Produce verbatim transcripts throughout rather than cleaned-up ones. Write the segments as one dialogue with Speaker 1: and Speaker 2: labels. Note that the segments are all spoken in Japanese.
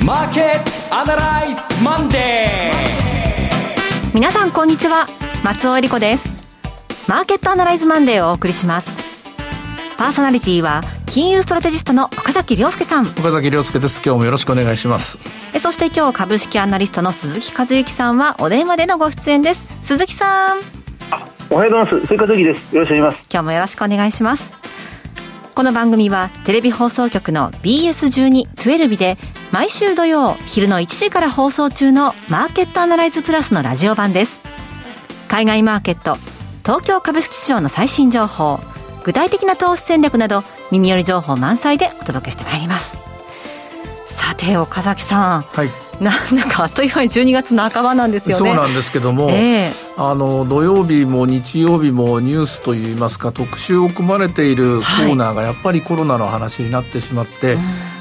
Speaker 1: マーケットアナライズマンデー。
Speaker 2: 皆さんこんにちは、松尾恵理子です。マーケットアナライズマンデーをお送りします。パーソナリティは金融ストラテジストの岡崎亮介さん。
Speaker 3: 岡崎亮介です。今日もよろしくお願いします。
Speaker 2: えそして今日株式アナリストの鈴木和之さんはお電話でのご出演です。鈴木さん。
Speaker 4: あ、おはようございます。鈴木和之です。よろしくお願いします。
Speaker 2: 今日もよろしくお願いします。この番組はテレビ放送局の ビーエスじゅうに じゅうに で毎週土曜昼のいちじから放送中のマーケットアナライズプラスのラジオ版です。海外マーケット、東京株式市場の最新情報、具体的な投資戦略など耳寄り情報満載でお届けしてまいります。さて岡崎さん、はい、なんだかあっという間にじゅうにがつなかばなんですよね。
Speaker 3: そうなんですけども、えー、あの土曜日も日曜日もニュースといいますか特集を組まれているコーナーがやっぱりコロナの話になってしまって、はい、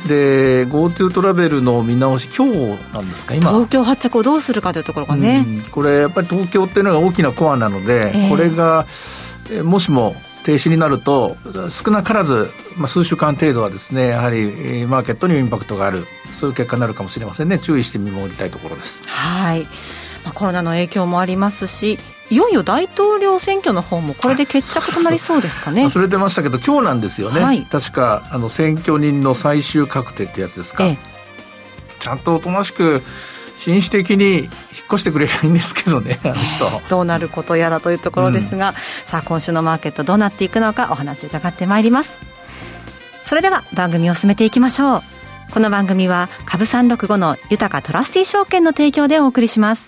Speaker 3: で GoTo トラベルの見直し今日なんですか今
Speaker 2: 東京発着をどうするかというところがね、
Speaker 3: うん、これやっぱり東京っていうのが大きなコアなので、えー、これがえもしも停止になると少なからず、まあ、数週間程度はですねやはりマーケットにインパクトがある、そういう結果になるかもしれませんね。注意して見守りたいところです。
Speaker 2: はい、まあ、コロナの影響もありますし、いよいよ大統領選挙の方もこれで決着となりそうですかね。
Speaker 3: 忘れてましたけど今日なんですよね、はい、確かあの選挙人の最終確定ってやつですか、ええ、ちゃんとおとなしく紳士的に引っ越してくれりゃいいんですけどね、あの人
Speaker 2: どうなることやらというところですが、うん、さあ今週のマーケットどうなっていくのかお話を伺ってまいります。それでは番組を進めていきましょう。この番組は株さんろくごの豊かトラスティ証券の提供でお送りします。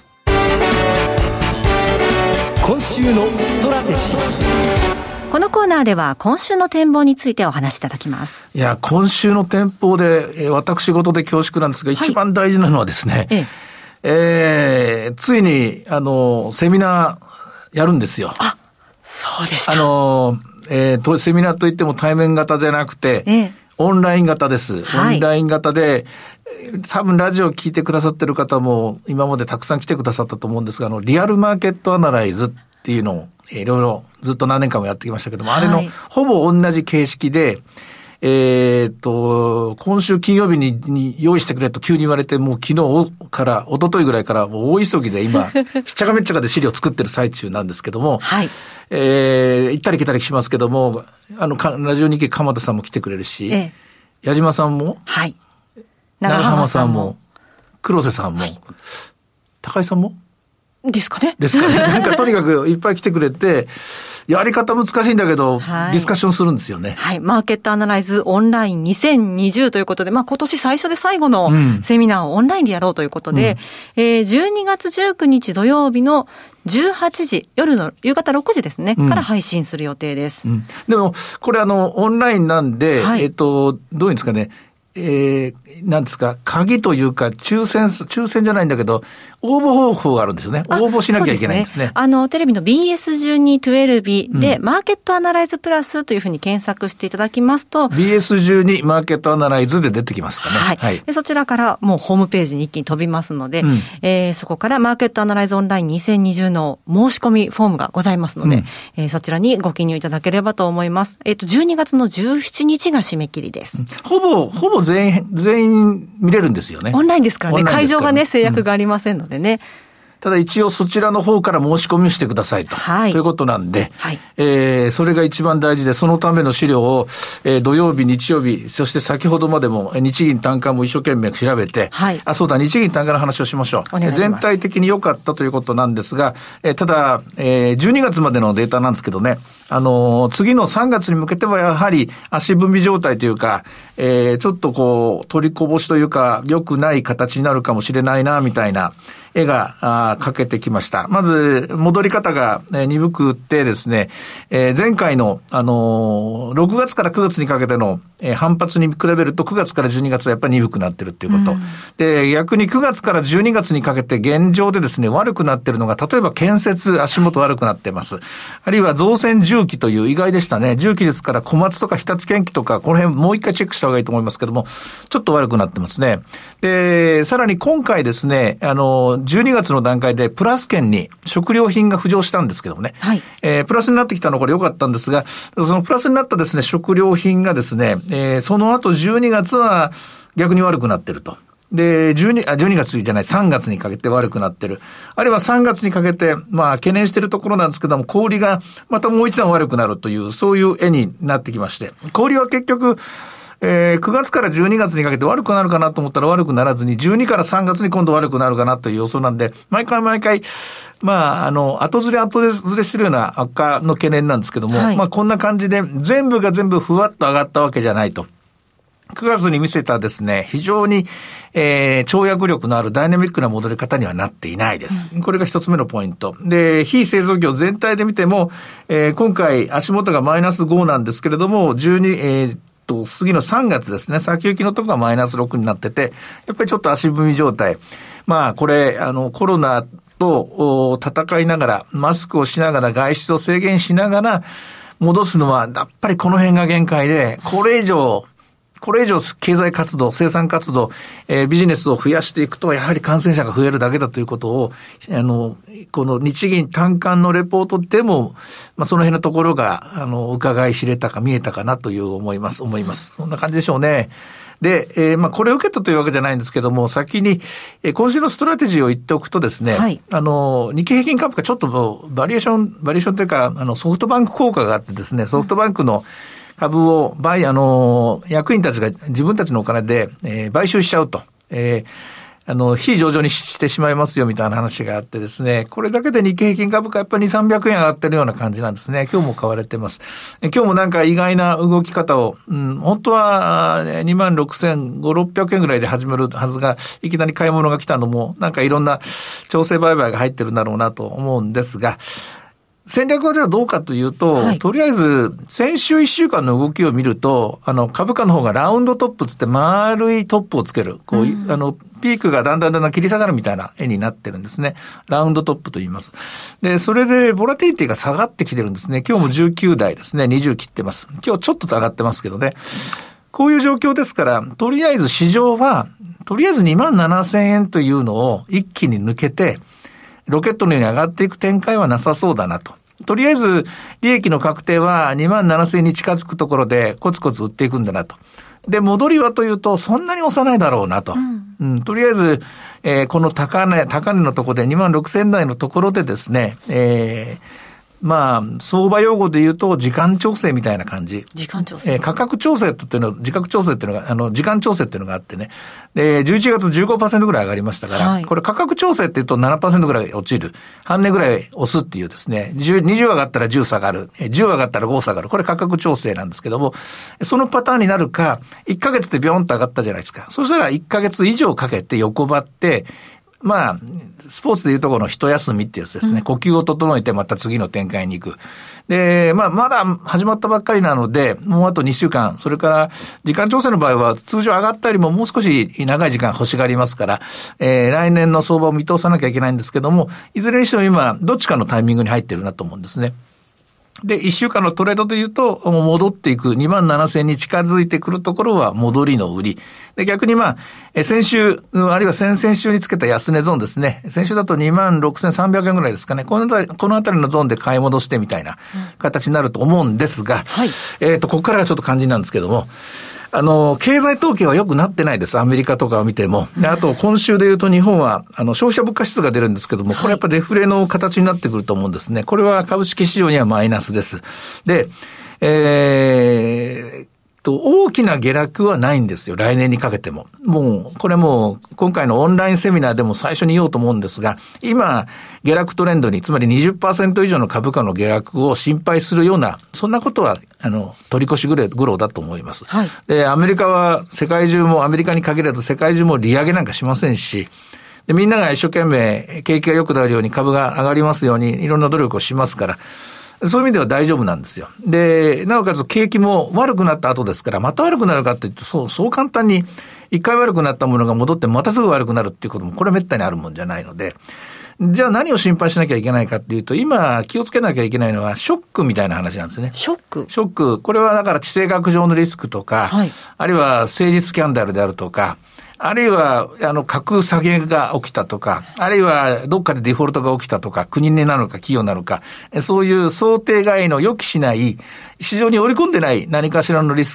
Speaker 1: 今週のストラテジー。
Speaker 2: このコーナーでは今週の展望についてお話しいただきます。
Speaker 3: いや今週の展望で、えー、私事で恐縮なんですが、はい、一番大事なのはですね、えええー、ついにあのセミナーやるんですよ。
Speaker 2: あ、そうでした。
Speaker 3: あの、えー、セミナーといっても対面型じゃなくて、ええ、オンライン型です。はい、オンライン型で多分ラジオ聞いてくださってる方も今までたくさん来てくださったと思うんですが、あのリアルマーケットアナライズっていうのをいろいろずっと何年間もやってきましたけども、はい、あれのほぼ同じ形式で、えー、っと今週金曜日 に, に用意してくれと急に言われて、もう昨日から一昨日ぐらいからもう大急ぎで今しっちゃかめっちゃかで資料作ってる最中なんですけども、はい、えー、行ったり来たりしますけども、あのラジオ日経鎌田さんも来てくれるし、ええ、矢島さんも、はい、長浜さんも黒瀬さんも、はい、高井さんも
Speaker 2: ですかね。
Speaker 3: ですかね。なんかとにかくいっぱい来てくれて、やり方難しいんだけど、はい、ディスカッションするんですよね。
Speaker 2: はい。マーケットアナライズオンラインにせんにじゅうということで、まあ今年最初で最後のセミナーをオンラインでやろうということで、うん、えー、じゅうにがつじゅうくにち土曜日のじゅうはちじ、夜の夕方ろくじですね、うん、から配信する予定です。
Speaker 3: うん、でも、これあの、オンラインなんで、はい、えっと、どういうんですかね、えー、なんですか、鍵というか、抽選、抽選じゃないんだけど、応募方法があるんですよね。応募しなきゃいけないんですね。
Speaker 2: そうですね。あの、テレビの ビーエスじゅうに じゅうに で、うん、マーケットアナライズプラスというふうに検索していただきますと、
Speaker 3: ビーエスじゅうに マーケットアナライズで出てきますかね。はい。
Speaker 2: はい、でそちらからもうホームページに一気に飛びますので、うん、えー、そこからマーケットアナライズオンラインにせんにじゅうの申し込みフォームがございますので、うん、えー、そちらにご記入いただければと思います。えっと、じゅうにがつのじゅうしちにちが締め切りです。うん、
Speaker 3: ほぼ、ほぼ全員、全員見れるんですよね。
Speaker 2: オンラインですからね。会場がね、制約がありませんのでね。うん、
Speaker 3: ただ一応そちらの方から申し込みをしてくださいと、はい、ということなんで、はい、えー、それが一番大事で、そのための資料を、えー、土曜日、日曜日、そして先ほどまでも日銀短観も一生懸命調べて、はい、あ、そうだ、日銀短観の話をしましょう。お願いします。全体的に良かったということなんですが、えー、ただ、えー、じゅうにがつまでのデータなんですけどね、あのー、次のさんがつに向けてはやはり足踏み状態というか、えー、ちょっとこう、取りこぼしというか、良くない形になるかもしれないな、みたいな、絵がかけてきました。まず、戻り方が、えー、鈍くってですね、えー、前回の、あのー、ろくがつからくがつにかけての、えー、反発に比べるとくがつからじゅうにがつはやっぱり鈍くなってるっていうこと。うん、で、逆にくがつからじゅうにがつにかけて現状でですね、悪くなってるのが、例えば建設、足元悪くなってます。あるいは造船重機という意外でしたね。重機ですから小松とか日立建機とか、この辺もう一回チェックした方がいいと思いますけども、ちょっと悪くなってますね。で、さらに今回ですね、あの、じゅうにがつの段階でプラス圏に食料品が浮上したんですけどもね、はい、えー、プラスになってきたのはこれ良かったんですが、そのプラスになったですね食料品がですね、えー、その後じゅうにがつは逆に悪くなってると。 で、12、あ、じゅうにがつじゃない、さんがつにかけて悪くなってる。あるいはさんがつにかけて、まあ、懸念しているところなんですけども、小売りがまたもう一段悪くなるという、そういう絵になってきまして、小売りは結局、えー、くがつからじゅうにがつにかけて悪くなるかなと思ったら悪くならずに、じゅうにからさんがつに今度悪くなるかなという予想なんで、毎回毎回、まあ、あの、後ずれ後ずれしてるような悪化の懸念なんですけども、はい、まあ、こんな感じで、全部が全部ふわっと上がったわけじゃないと。くがつに見せたですね、非常に、えー、跳躍力のあるダイナミックな戻り方にはなっていないです。うん、これが一つ目のポイント。で、非製造業全体で見ても、えー、今回足元がマイナスごなんですけれども、じゅうに、えーと、次のさんがつですね、先行きのところがマイナスろくになってて、やっぱりちょっと足踏み状態。まあ、これ、あの、コロナと戦いながら、マスクをしながら、外出を制限しながら、戻すのは、やっぱりこの辺が限界で、これ以上、これ以上経済活動、生産活動、えー、ビジネスを増やしていくと、やはり感染者が増えるだけだということを、あの、この日銀短観のレポートでも、まあ、その辺のところが、あの、伺い知れたか見えたかなという思います、思います。そんな感じでしょうね。で、えー、まあ、これを受けたというわけじゃないんですけども、先に、えー、今週のストラテジーを言っておくとですね、はい、あの、日経平均株価ちょっとバリエーション、バリエーションというか、あの、ソフトバンク効果があってですね、ソフトバンクの、株を、売、あの、役員たちが自分たちのお金で、えー、買収しちゃうと。えー、あの、非上場にしてしまいますよみたいな話があってですね、これだけで日経平均株価やっぱりにせんさんびゃくえん上がってるような感じなんですね。今日も買われてます。え今日もなんか意外な動き方を、うん、本当はにまんろくせんごひゃく、ろっぴゃくえんぐらいで始めるはずが、いきなり買い物が来たのも、なんかいろんな調整売買が入ってるんだろうなと思うんですが、戦略はじゃあどうかというと、はい、とりあえず先週いっしゅうかんの動きを見ると、あの株価の方がラウンドトップつって丸いトップをつける。こういう、うん、あの、ピークがだんだんだんだん切り下がるみたいな絵になってるんですね。ラウンドトップと言います。で、それでボラティリティが下がってきてるんですね。今日もじゅうきゅうだいですね。にじゅう切ってます。今日ちょっと上がってますけどね。こういう状況ですから、とりあえず市場は、とりあえずにまんななせんえんというのを一気に抜けて、ロケットのように上がっていく展開はなさそうだなと。とりあえず、利益の確定はにまんななせんえんに近づくところでコツコツ売っていくんだなと。で、戻りはというと、そんなに押さないだろうなと。うんうん、とりあえず、えー、この高値、高値のところでにまんろくせんだいのところでですね、えーまあ、相場用語で言うと、時間調整みたいな感じ。
Speaker 2: 時間調整。
Speaker 3: えー、価格調整っていうの、時価調整っていうのが、あの、時間調整っていうのがあってね。で、じゅういちがつ じゅうごパーセント ぐらい上がりましたから、はい、これ価格調整って言うと ななパーセント ぐらい落ちる。半値ぐらい押すっていうですね、にじゅう上がったらじゅう下がる。じゅう上がったらご下がる。これ価格調整なんですけども、そのパターンになるか、いっかげつでビョンと上がったじゃないですか。そしたらいっかげつ以上かけて横ばって、まあ、スポーツでいうところの一休みってやつですね。うん、呼吸を整えてまた次の展開に行く。で、まあ、まだ始まったばっかりなので、もうあとにしゅうかん、それから時間調整の場合は通常上がったよりももう少し長い時間欲しがりますから、えー、来年の相場を見通さなきゃいけないんですけども、いずれにしても今、どっちかのタイミングに入ってるなと思うんですね。で、一週間のトレードというと、戻っていくにまんななせんに近づいてくるところは戻りの売り。で、逆にまあ、先週、あるいは先々週につけた安値ゾーンですね。先週だとにまんろくせんさんびゃくえんぐらいですかね。このあたり、このあたりのゾーンで買い戻してみたいな形になると思うんですが、はい、えっと、ここからがちょっと肝心なんですけども、あの、経済統計は良くなってないです。アメリカとかを見ても。で、あと、今週で言うと日本は、あの、消費者物価指数が出るんですけども、これやっぱデフレの形になってくると思うんですね。これは株式市場にはマイナスです。で、えー、と、大きな下落はないんですよ。来年にかけても。もう、これもう、今回のオンラインセミナーでも最初に言おうと思うんですが、今、下落トレンドに、つまり にじゅっパーセント 以上の株価の下落を心配するような、そんなことは、あの、取り越しぐらいだと思います。はい。で、アメリカは、世界中も、アメリカに限らず世界中も利上げなんかしませんし、で、みんなが一生懸命、景気が良くなるように株が上がりますように、いろんな努力をしますから、そういう意味では大丈夫なんですよ。で、なおかつ景気も悪くなった後ですから、また悪くなるかって言って、そう、そう簡単に一回悪くなったものが戻ってまたすぐ悪くなるっていうことも、これは滅多にあるもんじゃないので、じゃあ何を心配しなきゃいけないかっていうと、今気をつけなきゃいけないのはショックみたいな話なんですね。
Speaker 2: ショック
Speaker 3: ショック。これはだから地政学上のリスクとか、はい、あるいは政治スキャンダルであるとか、あるいは、あの、格下げが起きたとか、あるいは、どっかでデフォルトが起きたとか、国になるのか企業なのか、そういう想定外の予期しない、市場に織り込んでない何かしらのリスク、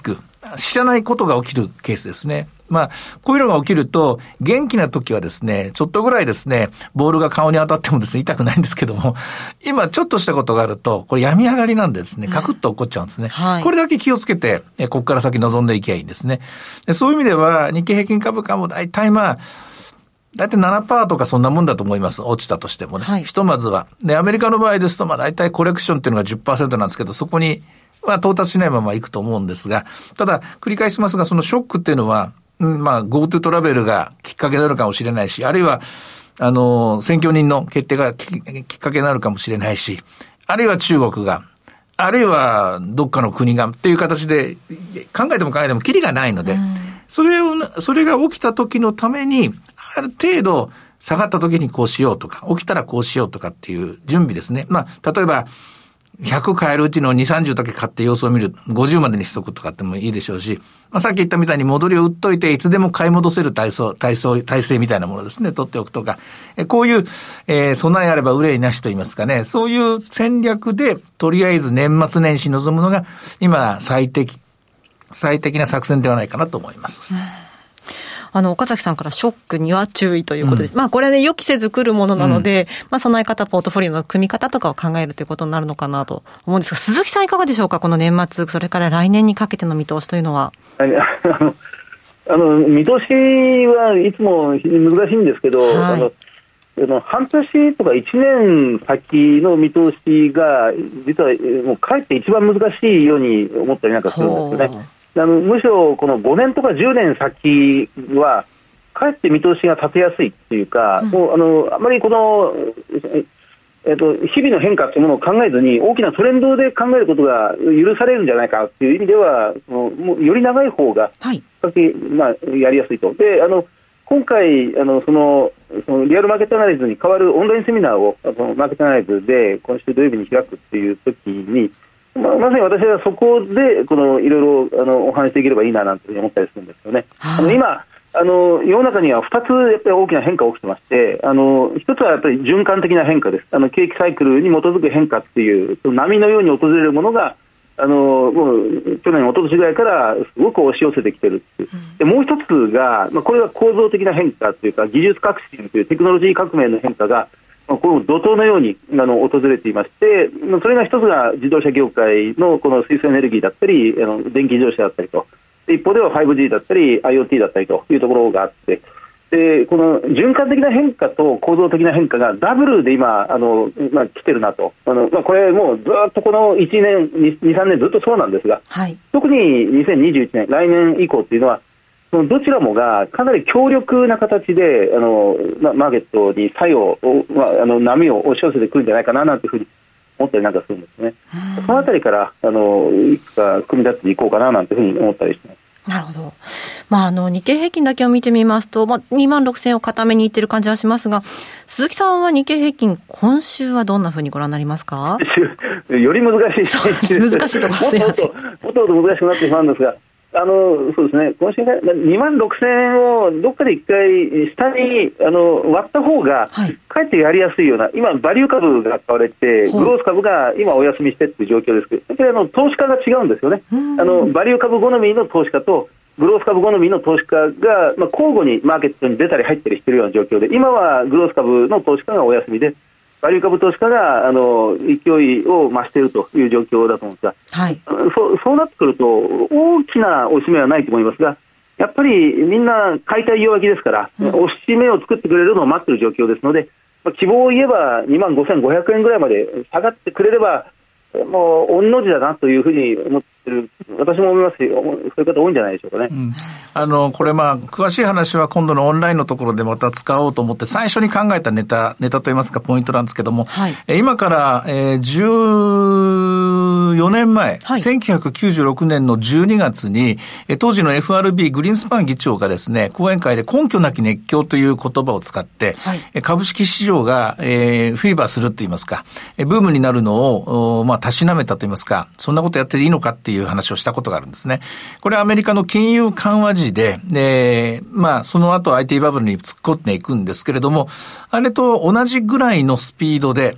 Speaker 3: 知らないことが起きるケースですね。まあ、こういうのが起きると、元気な時はですね、ちょっとぐらいですね、ボールが顔に当たってもですね、痛くないんですけども、今ちょっとしたことがあると、これ病み上がりなんでですね、カクッと起こっちゃうんですね。うんはい、これだけ気をつけて、ここから先臨んでいけばいいんですね。でそういう意味では、日経平均株価も大体まあ、大体 ななパーセント とかそんなもんだと思います。落ちたとしてもね。はい、ひとまずは。で、アメリカの場合ですと、まあ大体コレクションっていうのが じゅっパーセント なんですけど、そこには到達しないままいくと思うんですが、ただ、繰り返しますが、そのショックっていうのは、うん、まあ GoTo トラベルがきっかけになるかもしれないし、あるいは、あの、選挙人の決定が き, きっかけになるかもしれないし、あるいは中国が、あるいはどっかの国がっていう形で、考えても考えてもキリがないので、うん、それを、それが起きた時のために、ある程度、下がった時にこうしようとか、起きたらこうしようとかっていう準備ですね。まあ、例えば、ひゃく買えるうちのに、さんじゅうだけ買って様子を見る、ごじゅうまでにしとくとかってもいいでしょうし、まあ、さっき言ったみたいに戻りを売っといて、いつでも買い戻せる体操、体操、体制みたいなものですね、取っておくとか、えこういう、えー、備えあれば憂いなしと言いますかね、そういう戦略で、とりあえず年末年始臨むのが、今、最適、最適な作戦ではないかなと思います。うん
Speaker 2: あの、岡崎さんからショックには注意ということです。うん、まあ、これね、予期せず来るものなので、うん、まあ、備え方、ポートフォリオの組み方とかを考えるということになるのかなと思うんですが、鈴木さんいかがでしょうか、この年末、それから来年にかけての見通しというのは。
Speaker 4: あの、あの見通しはいつも難しいんですけど、はい、あの、あの半年とかいちねん先の見通しが、実はもうかえって一番難しいように思ったりなんかするんですよね。あのむしろこのごねんとかじゅうねん先はかえって見通しが立てやすいっていうか、うん、もうあのあまりこの、えっと、日々の変化というものを考えずに大きなトレンドで考えることが許されるんじゃないかという意味ではもうより長い方が、はいまあ、やりやすいと。であの今回あのそのそのリアルマーケットアナリズに代わるオンラインセミナーをあのマーケットアナリズで今週土曜日に開くっていう時にまあ、まさに私はそこでこのいろいろあのお話しできればいいななんて思ったりするんですよね。あの今あの世の中にはふたつやっぱり大きな変化が起きてまして、あのひとつはやっぱり循環的な変化です。あの景気サイクルに基づく変化っていう波のように訪れるものがあのもう去年一昨年ぐらいからすごく押し寄せてきてるっていう。でもう一つが、まあ、これは構造的な変化というか技術革新というテクノロジー革命の変化がこの怒涛のようにあの訪れていまして、それが一つが自動車業界のこの水素エネルギーだったりあの電気自動車だったりと、一方では ファイブジー だったり IoT だったりというところがあって、でこの循環的な変化と構造的な変化がダブルで今あの、まあ、来てるなと。あの、まあ、これもうずっとこのいちねん にさんねんずっとそうなんですが、はい、特ににせんにじゅういちねん来年以降っていうのはそのどちらもがかなり強力な形であの、ま、マーケットに作用を、まあ、あの波を押し寄せてくるんじゃないかななんていうふうに思ったりなんかするんですね。そのあたりからあのいくつか組み立てていこうかななんていうふうに思ったりしてます。
Speaker 2: なるほど。まあ、あの日経平均だけを見てみますと、まあ、にまんろくせんを固めにいってる感じはしますが、鈴木さんは日経平均今週はどんなふうにご覧になりますか？
Speaker 4: より難しい
Speaker 2: そう難しいところです
Speaker 4: もっともっと難しくなってしまうんですが、あのそうですね、今週にまんろくせんをどっかで一回下にあの割った方が、はい、かえってやりやすいような、今バリュー株が買われてグロース株が今お休みしてっていう状況ですけど、やっぱりあの投資家が違うんですよね。あのバリュー株好みの投資家とグロース株好みの投資家が、まあ、交互にマーケットに出たり入ったりしているような状況で、今はグロース株の投資家がお休みでバリュー株投資家があの勢いを増しているという状況だと思うんですが、はい、そ, そうなってくると大きな押し目はないと思いますが、やっぱりみんな買いたい弱気ですから、うん、押し目を作ってくれるのを待っている状況ですので、まあ、希望を言えばにまんごせんごひゃくえんぐらいまで下がってくれればもう御の字だなというふうに思ってる、私も思いますし、そういう方多いんじゃないでしょうかね。うん、
Speaker 3: あのこれまあ詳しい話は今度のオンラインのところでまた使おうと思って最初に考えたネタネタといいますかポイントなんですけども、はい、え今から、えー、じゅうよねんまえ、はい、せんきゅうひゃくきゅうじゅうろくねんのじゅうにがつに、え当時の エフアールビー グリーンスパン議長がですね講演会で根拠なき熱狂という言葉を使って、はい、株式市場が、えー、フィーバーするといいますか、えブームになるのをまあたしなめたといいますか、そんなことやっていいのかっていう話をしたことがあるんですね。これはアメリカの金融緩和時で、で、まあその後 アイティー バブルに突っ込んでいくんですけれども、あれと同じぐらいのスピードで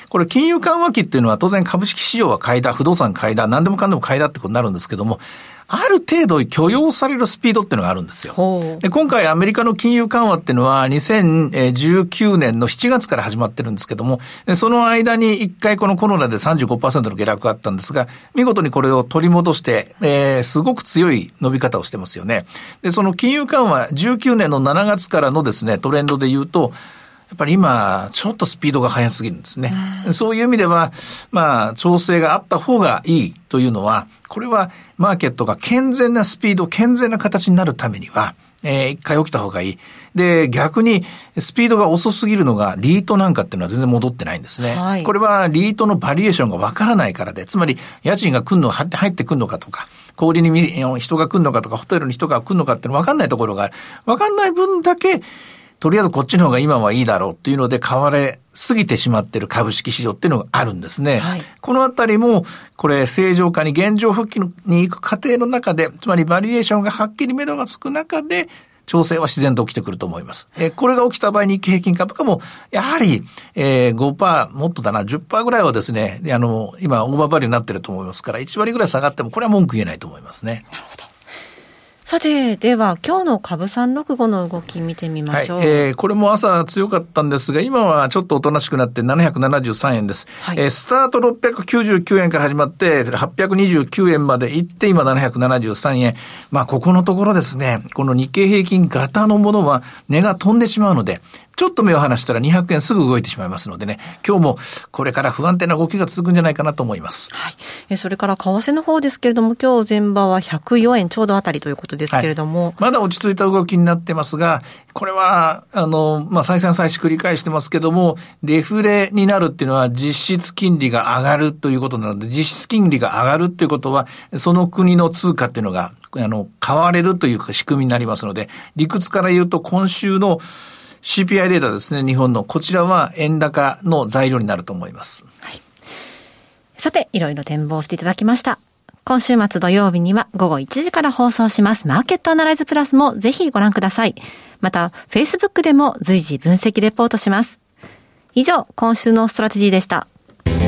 Speaker 3: これ金融緩和期っていうのは当然株式市場は買いだ、不動産買いだ、何でもかんでも買いだってことになるんですけども、ある程度許容されるスピードっていうのがあるんですよ。で、今回アメリカの金融緩和っていうのはにせんじゅうきゅうねんのしちがつから始まってるんですけども、その間に一回このコロナで さんじゅうごパーセント の下落があったんですが、見事にこれを取り戻して、えー、すごく強い伸び方をしてますよね。で、その金融緩和じゅうきゅうねんのしちがつからのですね、トレンドで言うと、やっぱり今、ちょっとスピードが速すぎるんですね。そういう意味では、まあ、調整があった方がいいというのは、これはマーケットが健全なスピード、健全な形になるためには、えー、一回起きた方がいい。で、逆に、スピードが遅すぎるのが、リートなんかっていうのは全然戻ってないんですね。はい、これは、リートのバリエーションがわからないからで、つまり、家賃が来るの、入ってくるのかとか、小売りに人が来るのかとか、ホテルに人が来るのかっていうのわかんないところがある。わかんない分だけ、とりあえずこっちの方が今はいいだろうっていうので買われすぎてしまっている株式市場っていうのがあるんですね。はい、このあたりも、これ正常化に現状復帰に行く過程の中で、つまりバリエーションがはっきり目処がつく中で、調整は自然と起きてくると思います。えー、これが起きた場合に日経平均株価も、やはり、えー、ごパーセント、もっとだな、じゅっパーセント ぐらいはですね、あの、今オーバーバリューになってると思いますから、いち割ぐらい下がっても、これは文句言えないと思いますね。
Speaker 2: なるほど。さて、では今日の株さんろくごの動き見てみましょう。
Speaker 3: はい、えー、これも朝強かったんですが、今はちょっとおとなしくなってななひゃくななじゅうさんえんです。はい、えー、スタートろっぴゃくきゅうじゅうきゅうえんから始まってはっぴゃくにじゅうきゅうえんまで行って今ななひゃくななじゅうさんえん。まあここのところですね、この日経平均型のものは値が飛んでしまうので、ちょっと目を離したらにひゃくえんすぐ動いてしまいますのでね、今日もこれから不安定な動きが続くんじゃないかなと思います。
Speaker 2: はい。えそれから為替の方ですけれども、今日前場はひゃくよえんちょうどあたりということですけれども、はい、
Speaker 3: まだ落ち着いた動きになってますが、これはあのまあ再三再四繰り返してますけども、デフレになるっていうのは実質金利が上がるということなので、実質金利が上がるっていうことはその国の通貨っていうのがあの買われるという仕組みになりますので、理屈から言うと今週のシーピーアイ データですね、日本のこちらは円高の材料になると思います。
Speaker 2: はい、さて、いろいろ展望していただきました。今週末土曜日には午後いちじから放送しますマーケットアナライズプラスもぜひご覧ください。また Facebook でも随時分析レポートします。以上、今週のストラテジーでした。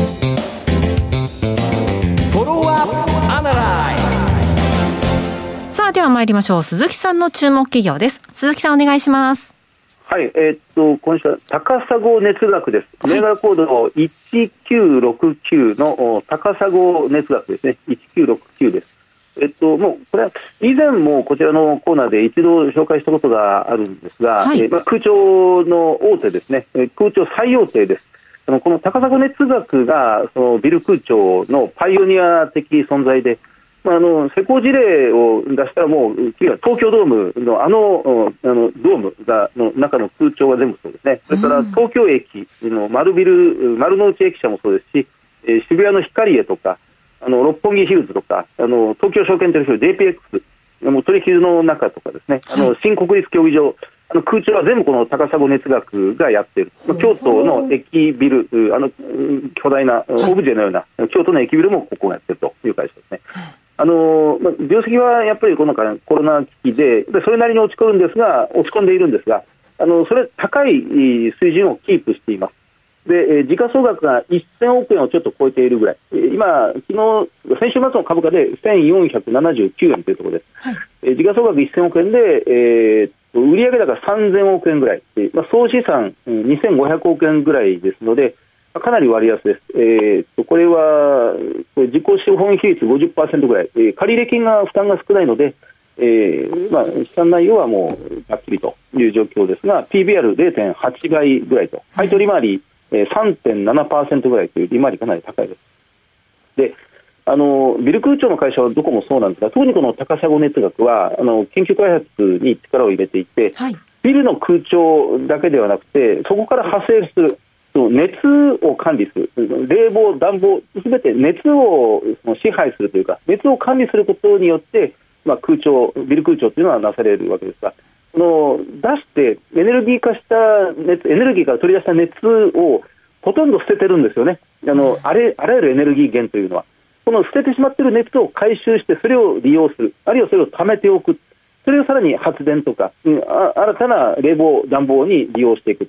Speaker 1: フォローアップアナライ
Speaker 2: ズ。さあ、では参りましょう。鈴木さんの注目企業です。鈴木さんお願いします。
Speaker 4: はい、えー、っと今週は高砂熱学です。銘柄コードいちきゅうろくきゅうの高砂熱学ですね。いちきゅうろくきゅうです。えっともうこれは以前もこちらのコーナーで一度紹介したことがあるんですが、はい、えーまあ、空調の大手ですね。空調最大手です。あのこの高砂熱学がそのビル空調のパイオニア的存在で、まあ、あの施工事例を出したらもう東京ドームのあの、あのドームがの中の空調は全部そうですね。それから東京駅の丸ビル丸の内駅舎もそうですし、えー、渋谷のヒカリエとかあの六本木ヒルズとかあの東京証券取引所 ジェイピーエックス もう取引の中とかですね、あの新国立競技場あの空調は全部この高砂熱学がやっている、まあ、京都の駅ビルあの巨大なオブジェのような京都の駅ビルもここがやっているという会社ですね。あのまあ、業績はやっぱりこのコロナ危機でそれなりに落ち込むんですが落ち込んでいるんですが、あのそれ高い水準をキープしています。で時価総額がせんおくえんをちょっと超えているぐらい、今昨日先週末の株価でせんよんひゃくななじゅうきゅうえんというところです。はい、時価総額せんおくえんで、えー、売上高さんぜんおくえんぐらい、まあ、総資産にせんごひゃくおくえんぐらいですのでかなり割安です。えー、とこれは自己資本比率 ごじゅっパーセント ぐらい、えー、借入金が負担が少ないので、えーまあ、資産内容はもうがっちりという状況ですが ピービーアールれいてんはち 倍ぐらいと配当利回り、えー、さんてんななパーセント ぐらいという利回りかなり高いです。であのビル空調の会社はどこもそうなんですが、特にこの高砂熱学はあの研究開発に力を入れていて、はい、ビルの空調だけではなくてそこから派生する熱を管理する、冷房、暖房すべて熱を支配するというか熱を管理することによって、まあ、空調ビル空調というのはなされるわけですが、この出してエネルギー化した熱エネルギーから取り出した熱をほとんど捨ててるんですよね。あのあれあらゆるエネルギー源というのはこの捨ててしまっている熱を回収してそれを利用する、あるいはそれを貯めておく、それをさらに発電とか、うん、あ新たな冷房暖房に利用していく。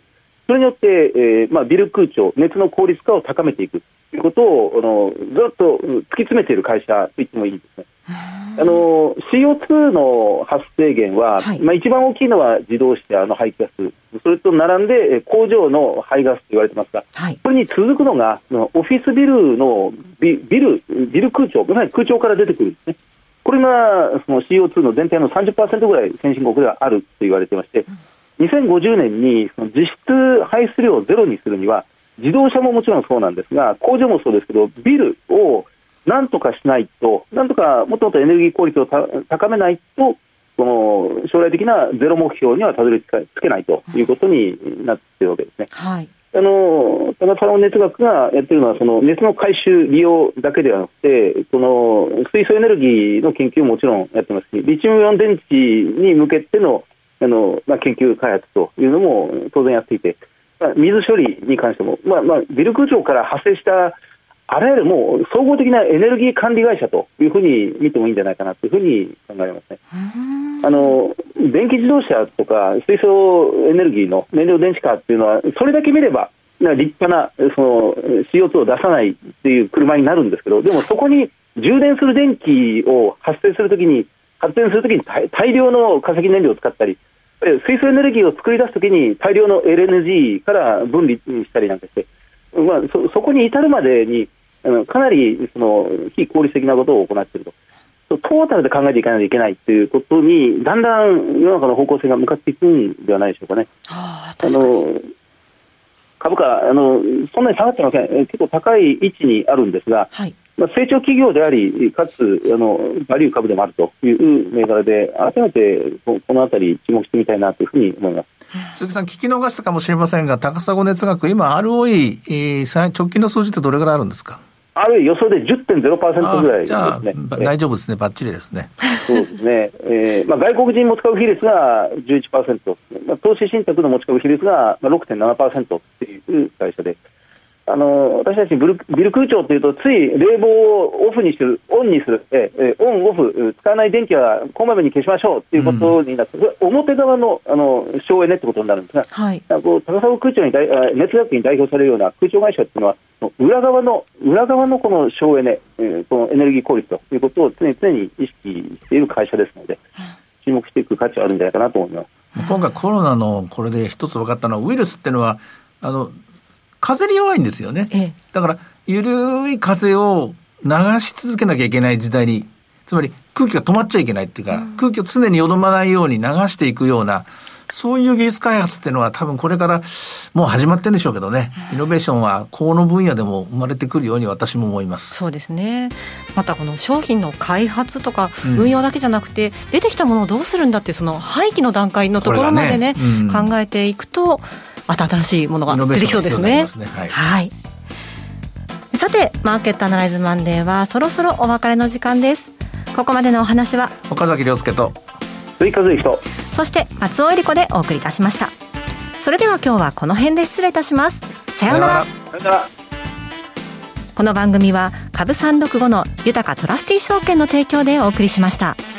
Speaker 4: それによって、えーまあ、ビル空調、熱の効率化を高めていくということをあのずっと突き詰めている会社と言ってもいいですね。あの シーオーツー の発生源は、はい、まあ、一番大きいのは自動車の排気ガス、それと並んで工場の排ガスと言われてますが、はい、これに続くのがオフィスビルの ビ, ビ, ルビル空調、空調から出てくるんですね。これがその シーオーツー の全体の さんじゅっパーセント ぐらい先進国ではあると言われていまして、うん、にせんごじゅうねんにその実質排出量をゼロにするには、自動車ももちろんそうなんですが、工場もそうですけど、ビルをなんとかしないと、なんとかもっともっとエネルギー効率を高めないと、その将来的なゼロ目標にはたどり着けないということになっているわけですね。はい、あの高砂熱学がやっているのは、その熱の回収利用だけではなくて、その水素エネルギーの研究ももちろんやってますし、リチウムイオン電池に向けての、あの、まあ、研究開発というのも当然やっていて、まあ、水処理に関しても、まあまあ、ビル空調から発生したあらゆるもう総合的なエネルギー管理会社というふうに見てもいいんじゃないかなというふうに考えますね。あの電気自動車とか水素エネルギーの燃料電池カーっていうのは、それだけ見れば立派なその シーオーツー を出さないっていう車になるんですけど、でもそこに充電する電気を発生するときに発電するときに 大, 大量の化石燃料を使ったり、水素エネルギーを作り出すときに大量の エルエヌジー から分離したりなんかして、まあ、そ, そこに至るまでにかなりその非効率的なことを行っていると、トータルで考えていかないといけないということにだんだん世の中の方向性が向かっていくんではないでしょうかね。
Speaker 2: はあ、確かに。
Speaker 4: あの株価あのそんなに下がってません。結構高い位置にあるんですが、はい、まあ、成長企業でありかつあのバリュー株でもあるという銘柄で、改めてこのあたり注目してみたいなというふうに思います。
Speaker 3: 鈴木さん、聞き逃したかもしれませんが、高砂熱学、今 アールオーイー、えー、直近の数字ってどれぐらいあるんですか？
Speaker 4: あるいは予想で じゅってんゼロパーセント ぐらいですね。
Speaker 3: じゃあ大丈夫ですね、バッチリですね。
Speaker 4: そうですね、えーまあ、外国人持ち株比率が じゅういちパーセント、まあ、投資信託の持ち株比率が ろくてんななパーセント という会社で、あの私たちビル、ビル空調というとつい冷房をオフにする、オンにする、えー、オンオフ使わない電気はこまめに消しましょうということになって、うん、表側 の, あの省エネということになるんですが、はい、こう高砂空調に熱学に代表されるような空調会社というのは裏側の裏側のこの省エネ、えー、このエネルギー効率ということを常に常に意識している会社ですので、注目していく価値はあるんじゃないかなと思います。
Speaker 3: 今回コロナのこれで一つ分かったのは、ウイルスっていうのはあの風に弱いんですよね、ええ、だから緩い風を流し続けなきゃいけない時代に、つまり空気が止まっちゃいけないっていうか、うん、空気を常によどまないように流していくような、そういう技術開発っていうのは多分これからもう始まってるんでしょうけどね、イノベーションはこの分野でも生まれてくるように私も思います。
Speaker 2: そうですね。またこの商品の開発とか運用だけじゃなくて、うん、出てきたものをどうするんだって、その廃棄の段階のところまでね、ね、うん、考えていくとまた新しいものが出てきそうですね。すね、はい、はい。さて、マーケットアナライズマンデーはそろそろお別れの時間です。ここまでのお話は
Speaker 3: 岡崎亮介と
Speaker 4: 鈴木和之と、
Speaker 2: そして松尾恵理子でお送りいたしました。それでは今日はこの辺で失礼いたします。さようなら。
Speaker 4: さようなら。
Speaker 2: この番組は株さんろくごの豊かトラスティ証券の提供でお送りしました。